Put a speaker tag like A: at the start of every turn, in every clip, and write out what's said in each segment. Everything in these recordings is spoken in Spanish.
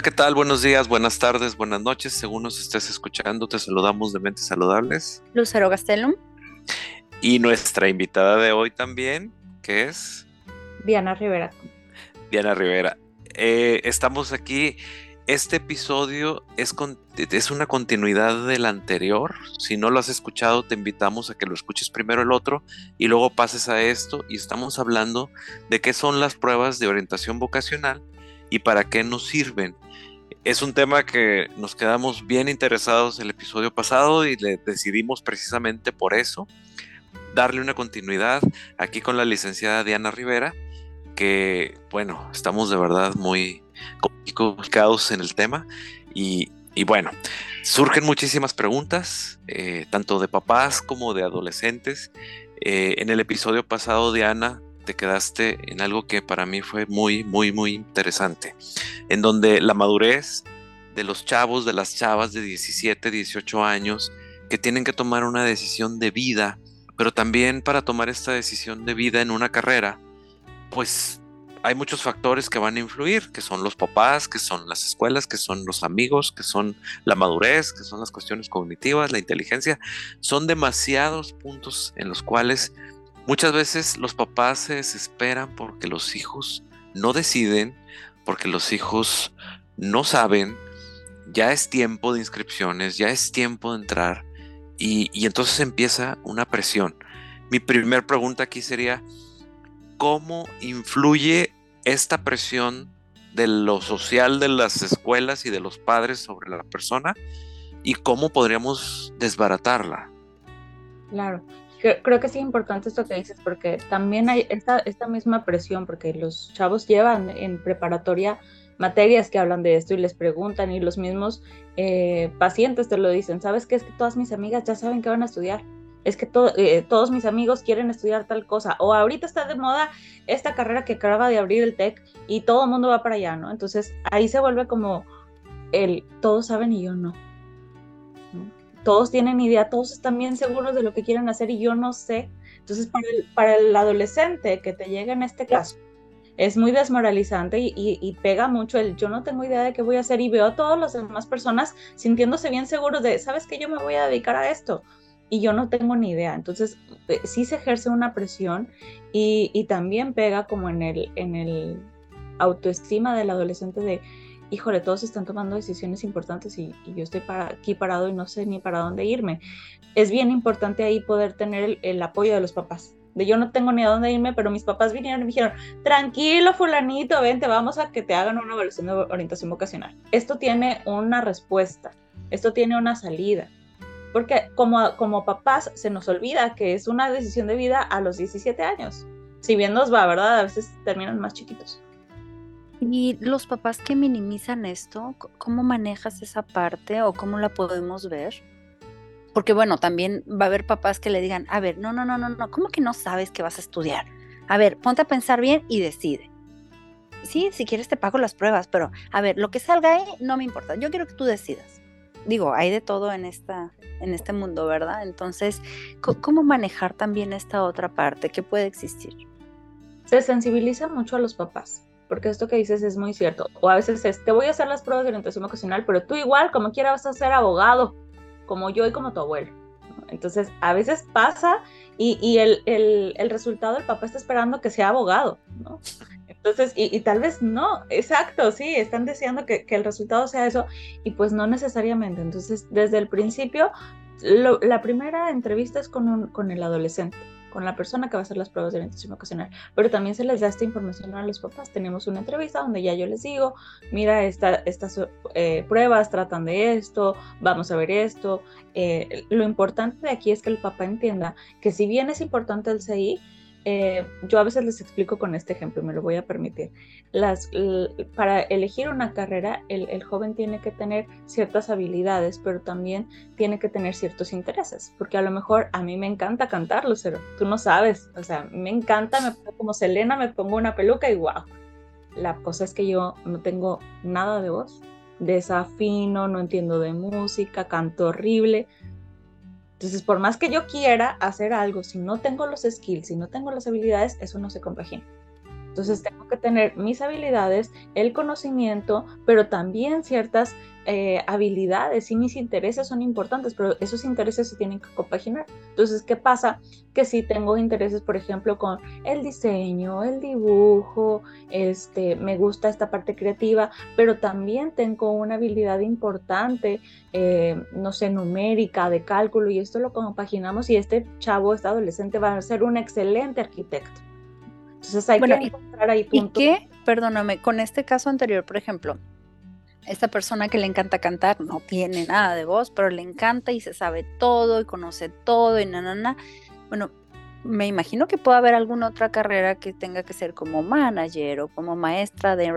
A: ¿qué tal? Buenos días, buenas tardes, buenas noches. Según nos estés escuchando, te saludamos de Mentes Saludables.
B: Lucero Gastelum.
A: Y nuestra invitada de hoy también, que es
B: Diana Rivera.
A: Diana Rivera. Estamos aquí. Este episodio es una continuidad del anterior. Si no lo has escuchado, te invitamos a que lo escuches primero el otro y luego pases a esto. Y estamos hablando de qué son las pruebas de orientación vocacional y para qué nos sirven. Es un tema que nos quedamos bien interesados el episodio pasado y le decidimos precisamente por eso darle una continuidad aquí con la licenciada Diana Rivera, que bueno, estamos de verdad muy complicados en el tema y bueno, surgen muchísimas preguntas, tanto de papás como de adolescentes. En el episodio pasado, Diana, te quedaste en algo que para mí fue muy, muy, muy interesante, en donde la madurez de los chavos, de las chavas de 17, 18 años, que tienen que tomar una decisión de vida, pero también para tomar esta decisión de vida en una carrera, pues hay muchos factores que van a influir, que son los papás, que son las escuelas, que son los amigos, que son la madurez, que son las cuestiones cognitivas, la inteligencia. Son demasiados puntos en los cuales muchas veces los papás se desesperan porque los hijos no deciden, porque los hijos no saben, ya es tiempo de inscripciones, ya es tiempo de entrar y entonces empieza una presión. Mi primer pregunta aquí sería, ¿cómo influye esta presión de lo social de las escuelas y de los padres sobre la persona y cómo podríamos desbaratarla?
B: Claro, creo que sí es importante esto que dices porque también hay esta misma presión porque los chavos llevan en preparatoria materias que hablan de esto y les preguntan y los mismos pacientes te lo dicen, ¿sabes qué? Es que todas mis amigas ya saben que van a estudiar, es que todos mis amigos quieren estudiar tal cosa o ahorita está de moda esta carrera que acaba de abrir el TEC y todo el mundo va para allá, ¿no? Entonces ahí se vuelve como todos saben y yo no. Todos tienen idea, todos están bien seguros de lo que quieren hacer y yo no sé. Entonces, para el adolescente que te llega en este caso, es muy desmoralizante y pega mucho el yo no tengo idea de qué voy a hacer y veo a todas las demás personas sintiéndose bien seguros de, ¿sabes qué? Yo me voy a dedicar a esto y yo no tengo ni idea. Entonces, sí se ejerce una presión y también pega como en el autoestima del adolescente de híjole, todos están tomando decisiones importantes y yo estoy aquí parado y no sé ni para dónde irme. Es bien importante ahí poder tener el apoyo de los papás. De yo no tengo ni a dónde irme, pero mis papás vinieron y me dijeron, tranquilo fulanito, vente, vamos a que te hagan una evaluación de orientación vocacional. Esto tiene una respuesta, esto tiene una salida. Porque como papás se nos olvida que es una decisión de vida a los 17 años. Si bien nos va, ¿verdad? A veces terminan más chiquitos.
C: Y los papás que minimizan esto, ¿cómo manejas esa parte o cómo la podemos ver? Porque bueno, también va a haber papás que le digan, a ver, no, no, no, no, no, ¿cómo que no sabes que vas a estudiar? A ver, ponte a pensar bien y decide. Sí, si quieres te pago las pruebas, pero a ver, lo que salga ahí no me importa, yo quiero que tú decidas. Digo, hay de todo en este mundo, ¿verdad? Entonces, ¿cómo manejar también esta otra parte que puede existir?
B: Se sensibiliza mucho a los papás, porque esto que dices es muy cierto. O a veces es, te voy a hacer las pruebas de orientación vocacional, pero tú igual, como quiera, vas a ser abogado, como yo y como tu abuelo. Entonces, a veces pasa y el resultado, el papá está esperando que sea abogado, ¿no? Entonces, y tal vez no, exacto, sí, están deseando que el resultado sea eso, y pues no necesariamente. Entonces, desde el principio, la primera entrevista es con el adolescente, con la persona que va a hacer las pruebas de orientación vocacional, pero también se les da esta información a los papás. Tenemos una entrevista donde ya yo les digo, mira, estas pruebas tratan de esto, vamos a ver esto. Lo importante de aquí es que el papá entienda que si bien es importante el CI, yo a veces les explico con este ejemplo, me lo voy a permitir. Para elegir una carrera, el joven tiene que tener ciertas habilidades, pero también tiene que tener ciertos intereses, porque a lo mejor a mí me encanta cantar, Lucero, tú no sabes, o sea, me encanta, me pongo como Selena, me pongo una peluca y wow. La cosa es que yo no tengo nada de voz, desafino, no entiendo de música, canto horrible. Entonces, por más que yo quiera hacer algo, si no tengo los skills, si no tengo las habilidades, eso no se compagina. Entonces tengo que tener mis habilidades, el conocimiento, pero también ciertas habilidades y mis intereses son importantes, pero esos intereses se tienen que compaginar. Entonces, ¿qué pasa? Que si tengo intereses, por ejemplo, con el diseño, el dibujo, me gusta esta parte creativa, pero también tengo una habilidad importante, no sé, numérica, de cálculo, y esto lo compaginamos y este chavo, este adolescente va a ser un excelente arquitecto. Entonces hay
C: Bueno,
B: que encontrar ahí
C: ¿y
B: puntos.
C: qué? Perdóname, con este caso anterior, por ejemplo, esta persona que le encanta cantar no tiene nada de voz, pero le encanta y se sabe todo y conoce todo y na. Bueno, me imagino que puede haber alguna otra carrera que tenga que ser como manager o como maestra de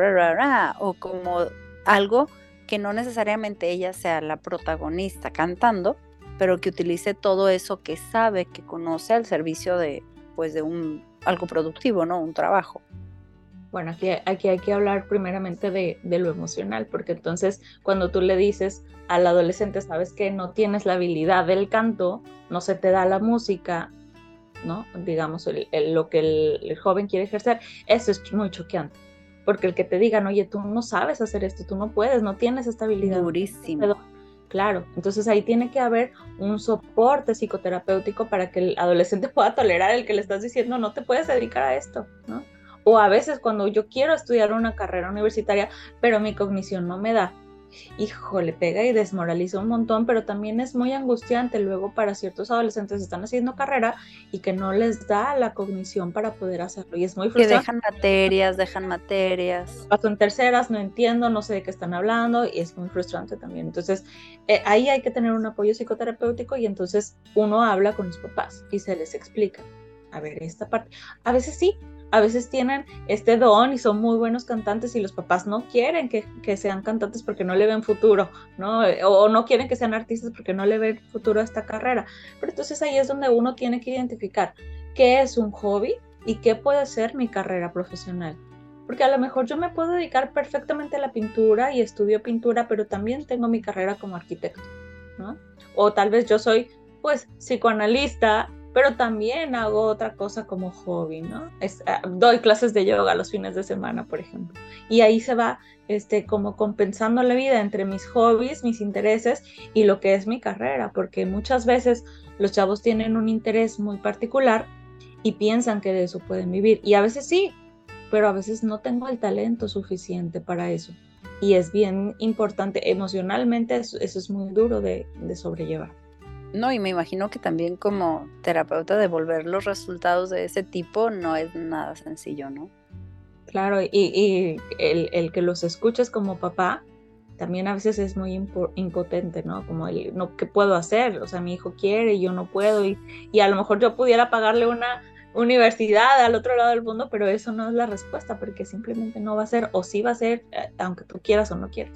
C: o como algo que no necesariamente ella sea la protagonista cantando, pero que utilice todo eso que sabe, que conoce al servicio de, pues, de algo productivo, ¿no? Un trabajo.
B: Bueno, aquí hay que hablar primeramente de lo emocional, porque entonces cuando tú le dices al adolescente, sabes que no tienes la habilidad del canto, no se te da la música, ¿no? Digamos, lo que el joven quiere ejercer, eso es muy choqueante, porque el que te digan, oye, tú no sabes hacer esto, tú no puedes, no tienes esta habilidad.
C: Durísimo.
B: Claro, entonces ahí tiene que haber un soporte psicoterapéutico para que el adolescente pueda tolerar el que le estás diciendo no te puedes dedicar a esto, ¿no? O a veces cuando yo quiero estudiar una carrera universitaria, pero mi cognición no me da, híjole, pega y desmoraliza un montón, pero también es muy angustiante luego para ciertos adolescentes que están haciendo carrera y que no les da la cognición para poder hacerlo, y es muy
C: Que
B: frustrante.
C: dejan materias.
B: Paso en terceras, no entiendo, no sé de qué están hablando y es muy frustrante también. Entonces, ahí hay que tener un apoyo psicoterapéutico y entonces uno habla con los papás y se les explica. A ver, esta parte. A veces sí, a veces tienen este don y son muy buenos cantantes y los papás no quieren que sean cantantes porque no le ven futuro, ¿no? O no quieren que sean artistas porque no le ven futuro a esta carrera. Pero entonces ahí es donde uno tiene que identificar qué es un hobby y qué puede ser mi carrera profesional. Porque a lo mejor yo me puedo dedicar perfectamente a la pintura y estudio pintura, pero también tengo mi carrera como arquitecto, ¿no? O tal vez yo soy, pues, psicoanalista, pero también hago otra cosa como hobby, ¿no? Doy clases de yoga los fines de semana, por ejemplo. Y ahí se va, como compensando la vida entre mis hobbies, mis intereses y lo que es mi carrera, porque muchas veces los chavos tienen un interés muy particular y piensan que de eso pueden vivir. Y a veces sí, pero a veces no tengo el talento suficiente para eso. Y es bien importante, emocionalmente eso es muy duro de sobrellevar.
C: No, y me imagino que también como terapeuta devolver los resultados de ese tipo no es nada sencillo, ¿no?
B: Claro, y el que los escuches como papá también a veces es muy impotente, ¿no? Como no, ¿qué puedo hacer? O sea, mi hijo quiere y yo no puedo, y a lo mejor yo pudiera pagarle una universidad al otro lado del mundo, pero eso no es la respuesta, porque simplemente no va a ser, o sí va a ser, aunque tú quieras o no quieras.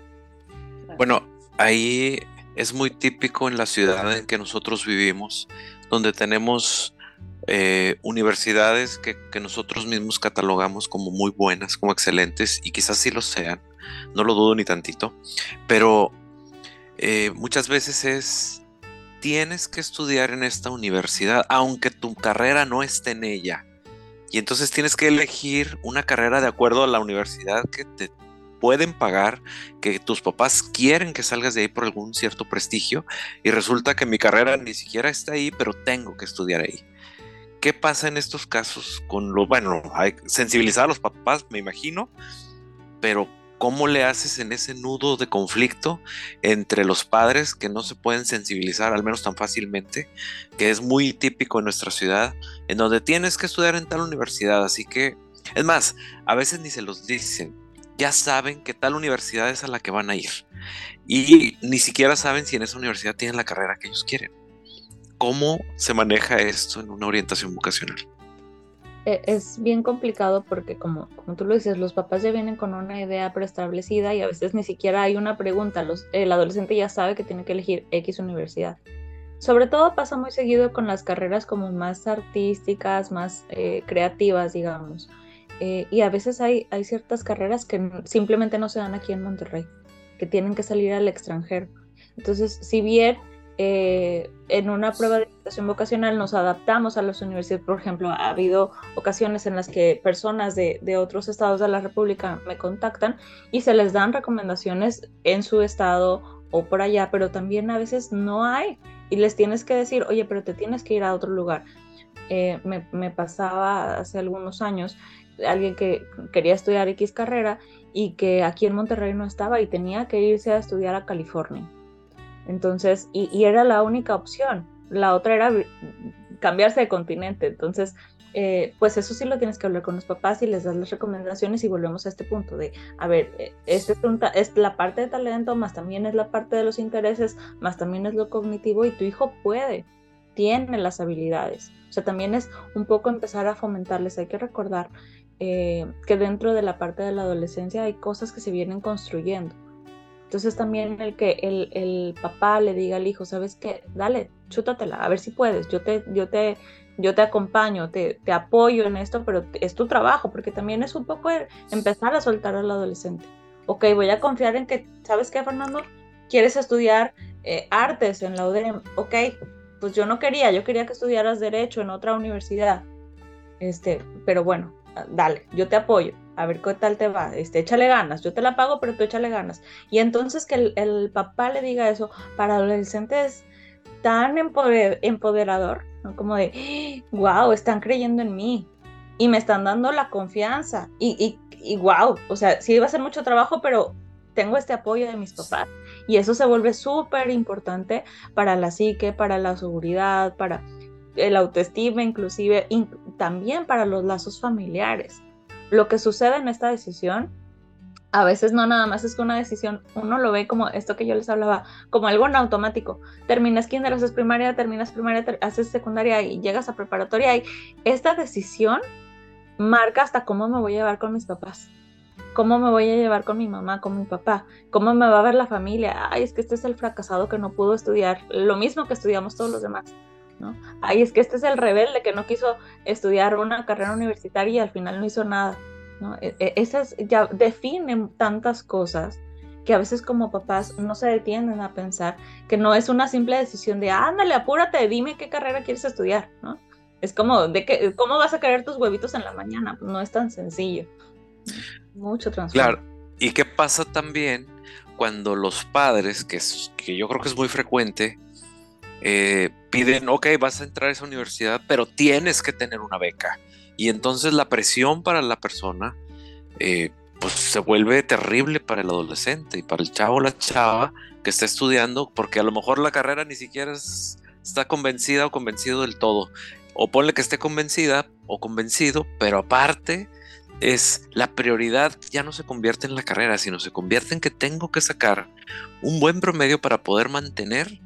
A: Bueno, ahí es muy típico en la ciudad en que nosotros vivimos, donde tenemos universidades que nosotros mismos catalogamos como muy buenas, como excelentes, y quizás sí lo sean, no lo dudo ni tantito, pero muchas veces tienes que estudiar en esta universidad, aunque tu carrera no esté en ella. Y entonces tienes que elegir una carrera de acuerdo a la universidad que te pueden pagar, que tus papás quieren que salgas de ahí por algún cierto prestigio, y resulta que mi carrera ni siquiera está ahí, pero tengo que estudiar ahí. ¿Qué pasa en estos casos con bueno, hay que sensibilizar a los papás, me imagino, pero ¿cómo le haces en ese nudo de conflicto entre los padres que no se pueden sensibilizar, al menos tan fácilmente, que es muy típico en nuestra ciudad, en donde tienes que estudiar en tal universidad? Así que, es más, a veces ni se los dicen, ya saben que tal universidad es a la que van a ir y ni siquiera saben si en esa universidad tienen la carrera que ellos quieren. ¿Cómo se maneja esto en una orientación vocacional?
B: Es bien complicado porque como tú lo dices, los papás ya vienen con una idea preestablecida y a veces ni siquiera hay una pregunta. El adolescente ya sabe que tiene que elegir X universidad. Sobre todo pasa muy seguido con las carreras como más artísticas, más creativas, digamos. Y a veces hay ciertas carreras que simplemente no se dan aquí en Monterrey, que tienen que salir al extranjero. Entonces, si bien en una prueba de orientación vocacional nos adaptamos a las universidades. Por ejemplo, ha habido ocasiones en las que personas de otros estados de la República me contactan y se les dan recomendaciones en su estado o por allá, pero también a veces no hay y les tienes que decir, oye, pero te tienes que ir a otro lugar. Me pasaba hace algunos años alguien que quería estudiar X carrera y que aquí en Monterrey no estaba y tenía que irse a estudiar a California. Entonces, y era la única opción. La otra era cambiarse de continente. Entonces, pues eso sí lo tienes que hablar con los papás y les das las recomendaciones y volvemos a este punto de, a ver, es la parte de talento, más también es la parte de los intereses, más también es lo cognitivo y tu hijo tiene las habilidades. O sea, también es un poco empezar a fomentarles. Hay que recordar que dentro de la parte de la adolescencia hay cosas que se vienen construyendo. Entonces también el que el papá le diga al hijo, ¿sabes qué? Dale, chútatela, a ver si puedes, yo te acompaño, te apoyo en esto, pero es tu trabajo, porque también es un poco empezar a soltar al adolescente. Ok, voy a confiar en que, ¿sabes qué, Fernando? ¿Quieres estudiar artes en la UDEM? Ok, pues yo quería que estudiaras Derecho en otra universidad, pero bueno, dale, yo te apoyo, a ver qué tal te va, échale ganas, yo te la pago, pero tú échale ganas. Y entonces que el papá le diga eso, para adolescentes es tan empoderador, ¿no? Como de, wow, están creyendo en mí y me están dando la confianza y wow, o sea, sí va a ser mucho trabajo, pero tengo este apoyo de mis papás. Y eso se vuelve súper importante para la psique, para la seguridad, para el autoestima, inclusive, también para los lazos familiares. Lo que sucede en esta decisión, a veces no nada más es que una decisión, uno lo ve como esto que yo les hablaba, como algo en automático. Terminas kinder, haces primaria, terminas primaria, haces secundaria y llegas a preparatoria. Y esta decisión marca hasta cómo me voy a llevar con mis papás, cómo me voy a llevar con mi mamá, con mi papá, cómo me va a ver la familia. Ay, es que este es el fracasado que no pudo estudiar lo mismo que estudiamos todos los demás, ¿no? Ay, es que este es el rebelde que no quiso estudiar una carrera universitaria y al final no hizo nada, ¿no? Esas ya definen tantas cosas que a veces como papás no se detienen a pensar que no es una simple decisión de, ándale, apúrate, dime qué carrera quieres estudiar, ¿no? Es como, ¿cómo vas a querer tus huevitos en la mañana? Pues no es tan sencillo. Mucho trasfondo.
A: Claro, ¿y qué pasa también cuando los padres, que yo creo que es muy frecuente, piden, ok, vas a entrar a esa universidad, pero tienes que tener una beca? Y entonces la presión para la persona, pues se vuelve terrible para el adolescente y para el chavo o la chava que está estudiando, porque a lo mejor la carrera ni siquiera está convencida o convencido del todo. O ponle que esté convencida o convencido, pero aparte es la prioridad, ya no se convierte en la carrera, sino se convierte en que tengo que sacar un buen promedio para poder mantener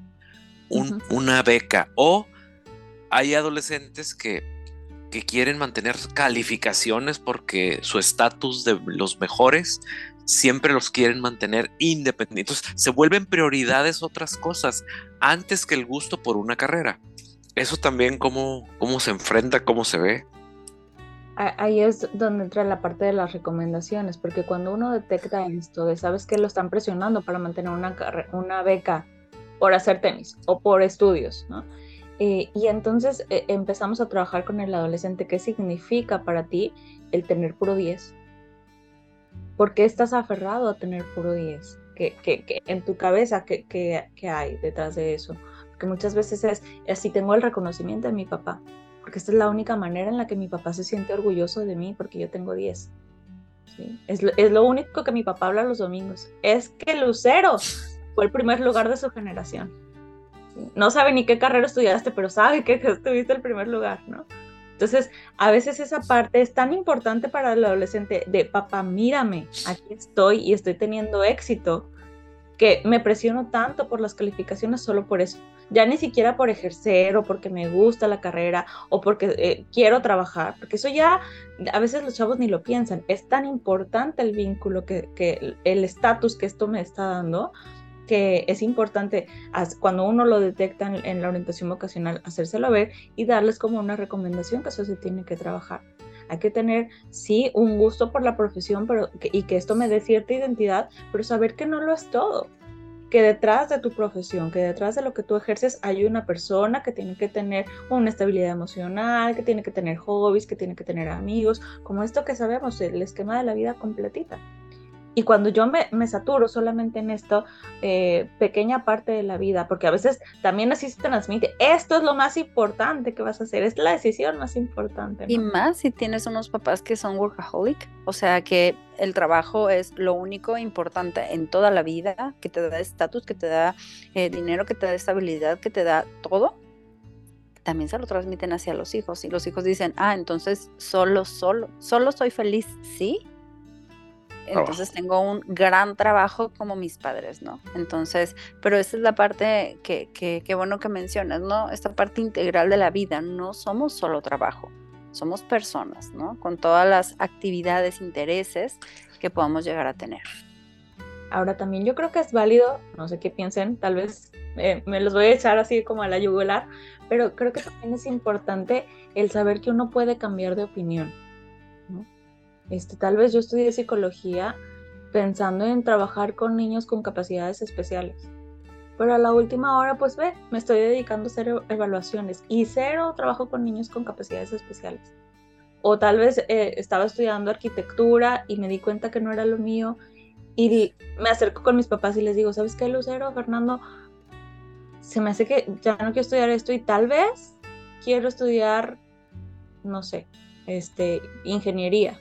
A: una beca. O hay adolescentes que quieren mantener calificaciones porque su estatus de los mejores siempre los quieren mantener independientes. Se vuelven prioridades otras cosas antes que el gusto por una carrera. Eso también cómo se enfrenta, cómo se ve.
B: Ahí es donde entra la parte de las recomendaciones, porque cuando uno detecta esto de, sabes que lo están presionando para mantener una beca por hacer tenis o por estudios, ¿no? Y entonces empezamos a trabajar con el adolescente. ¿Qué significa para ti el tener puro 10? ¿Por qué estás aferrado a tener puro 10? ¿Qué en tu cabeza qué hay detrás de eso? Porque muchas veces es así, tengo el reconocimiento de mi papá, porque esta es la única manera en la que mi papá se siente orgulloso de mí, porque yo tengo 10. ¿Sí? Es lo único que mi papá habla los domingos. Es que Lucero fue el primer lugar de su generación. ¿Sí? No sabe ni qué carrera estudiaste, pero sabe que estuviste el primer lugar, ¿no? Entonces, a veces esa parte es tan importante para el adolescente de, papá, mírame, aquí estoy y estoy teniendo éxito, que me presiono tanto por las calificaciones solo por eso. Ya ni siquiera por ejercer o porque me gusta la carrera o porque quiero trabajar, porque eso ya a veces los chavos ni lo piensan. Es tan importante el vínculo que el estatus que esto me está dando, que es importante cuando uno lo detecta en la orientación vocacional, hacérselo ver y darles como una recomendación que eso se tiene que trabajar. Hay que tener, sí, un gusto por la profesión y que esto me dé cierta identidad, pero saber que no lo es todo, que detrás de tu profesión, que detrás de lo que tú ejerces hay una persona que tiene que tener una estabilidad emocional, que tiene que tener hobbies, que tiene que tener amigos, como esto que sabemos, el esquema de la vida completita. Y cuando yo me saturo solamente en esto, pequeña parte de la vida, porque a veces también así se transmite, esto es lo más importante que vas a hacer, es la decisión más importante,
C: Y
B: ¿no?
C: más si tienes unos papás que son workaholic, o sea que el trabajo es lo único importante en toda la vida, que te da estatus, que te da dinero, que te da estabilidad, que te da todo, también se lo transmiten hacia los hijos. Y los hijos dicen, entonces solo soy feliz, ¿sí? Entonces tengo un gran trabajo como mis padres, ¿no? Entonces, pero esa es la parte que bueno que mencionas, ¿no? Esta parte integral de la vida, no somos solo trabajo, somos personas, ¿no? Con todas las actividades, intereses que podamos llegar a tener.
B: Ahora también yo creo que es válido, no sé qué piensen, tal vez me los voy a echar así como a la yugular, pero creo que también es importante el saber que uno puede cambiar de opinión, ¿no? Tal vez yo estudié psicología pensando en trabajar con niños con capacidades especiales, pero a la última hora, pues me estoy dedicando a hacer evaluaciones y cero trabajo con niños con capacidades especiales. O tal vez estaba estudiando arquitectura y me di cuenta que no era lo mío y me acerco con mis papás y les digo, ¿sabes qué, Lucero, Fernando? Se me hace que ya no quiero estudiar esto y tal vez quiero estudiar, no sé, ingeniería.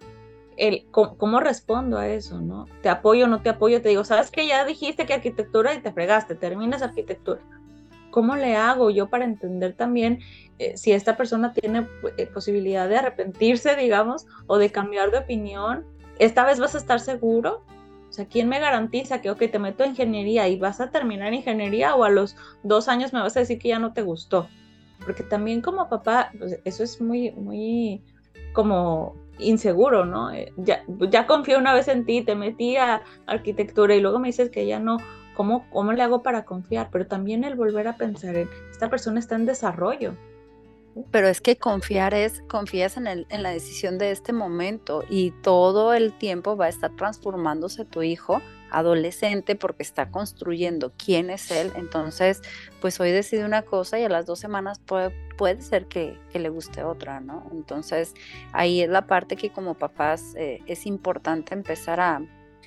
B: ¿Cómo respondo a eso, no? ¿Te apoyo o no te apoyo? Te digo, ¿sabes qué? Ya dijiste que arquitectura y te fregaste, terminas arquitectura. ¿Cómo le hago yo para entender también si esta persona tiene posibilidad de arrepentirse, digamos, o de cambiar de opinión? ¿Esta vez vas a estar seguro? O sea, ¿quién me garantiza que, ok, te meto a ingeniería y vas a terminar ingeniería o a los 2 años me vas a decir que ya no te gustó? Porque también como papá, pues, eso es muy, muy como inseguro, ¿no? Ya confié una vez en ti, te metí a arquitectura y luego me dices que ya no. ¿Cómo le hago para confiar? Pero también el volver a pensar en esta persona está en desarrollo.
C: Pero es que confías en la decisión de este momento y todo el tiempo va a estar transformándose tu hijo adolescente porque está construyendo quién es él. Entonces, pues hoy decide una cosa y a las 2 semanas puede ser que le guste otra, ¿no? Entonces, ahí es la parte que como papás es importante empezar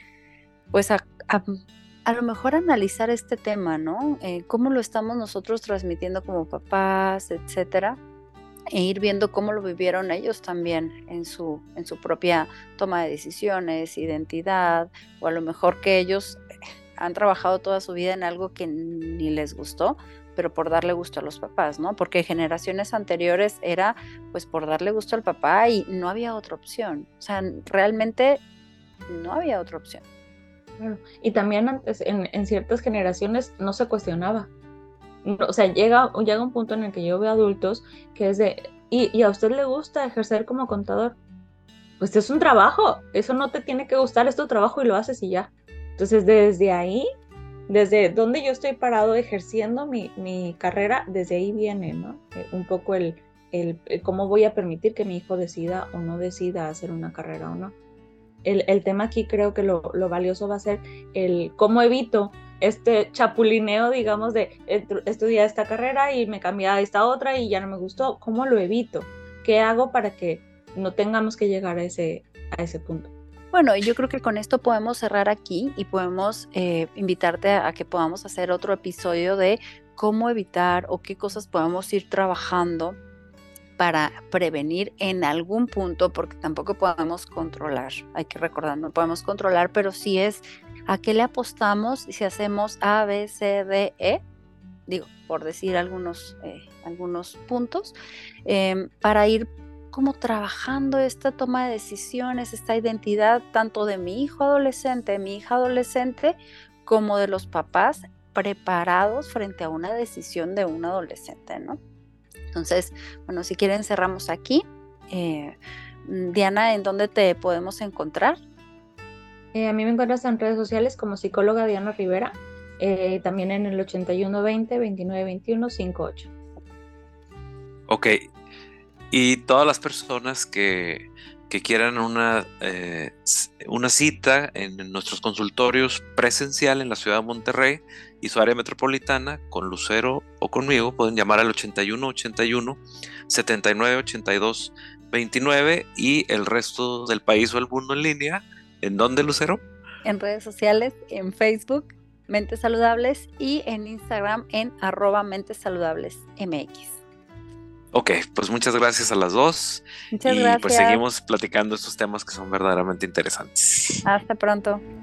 C: pues a lo mejor analizar este tema, ¿no? Cómo lo estamos nosotros transmitiendo como papás, etcétera, e ir viendo cómo lo vivieron ellos también en su propia toma de decisiones, identidad, o a lo mejor que ellos han trabajado toda su vida en algo que ni les gustó, pero por darle gusto a los papás, ¿no? Porque generaciones anteriores era pues por darle gusto al papá y no había otra opción. O sea, realmente no había otra opción.
B: Claro. Y también antes, en ciertas generaciones, no se cuestionaba. O sea, llega un punto en el que yo veo adultos que es ¿y a usted le gusta ejercer como contador? Pues es un trabajo, eso no te tiene que gustar, es tu trabajo y lo haces y ya. Entonces, desde ahí, desde donde yo estoy parado ejerciendo mi carrera, desde ahí viene, ¿no? Un poco el cómo voy a permitir que mi hijo decida o no decida hacer una carrera o no. El tema aquí creo que lo valioso va a ser el cómo evito este chapulineo, digamos, de estudiar esta carrera y me cambié a esta otra y ya no me gustó. ¿Cómo lo evito? ¿Qué hago para que no tengamos que llegar a ese punto?
C: Bueno, y yo creo que con esto podemos cerrar aquí y podemos invitarte a que podamos hacer otro episodio de cómo evitar o qué cosas podemos ir trabajando para prevenir en algún punto, porque tampoco podemos controlar, hay que recordar, no podemos controlar, pero sí es a qué le apostamos si hacemos A, B, C, D, E, digo, por decir algunos puntos, para ir como trabajando esta toma de decisiones, esta identidad tanto de mi hijo adolescente, mi hija adolescente, como de los papás preparados frente a una decisión de un adolescente, ¿no? Entonces, bueno, si quieren cerramos aquí. Diana, ¿en dónde te podemos encontrar?
B: A mí me encuentras en redes sociales como psicóloga Diana Rivera, también en el 8120-2921-58.
A: Ok, y todas las personas que que quieran una cita en nuestros consultorios presencial en la ciudad de Monterrey y su área metropolitana, con Lucero o conmigo, pueden llamar al 81 81 79 82 29, y el resto del país o el mundo en línea, ¿en dónde, Lucero?
C: En redes sociales, en Facebook, Mentes Saludables, y en Instagram en @mentesaludablesmx.
A: Ok, pues muchas gracias a las dos.
C: Muchas
A: y
C: gracias.
A: pues seguimos platicando estos temas que son verdaderamente interesantes.
C: Hasta pronto.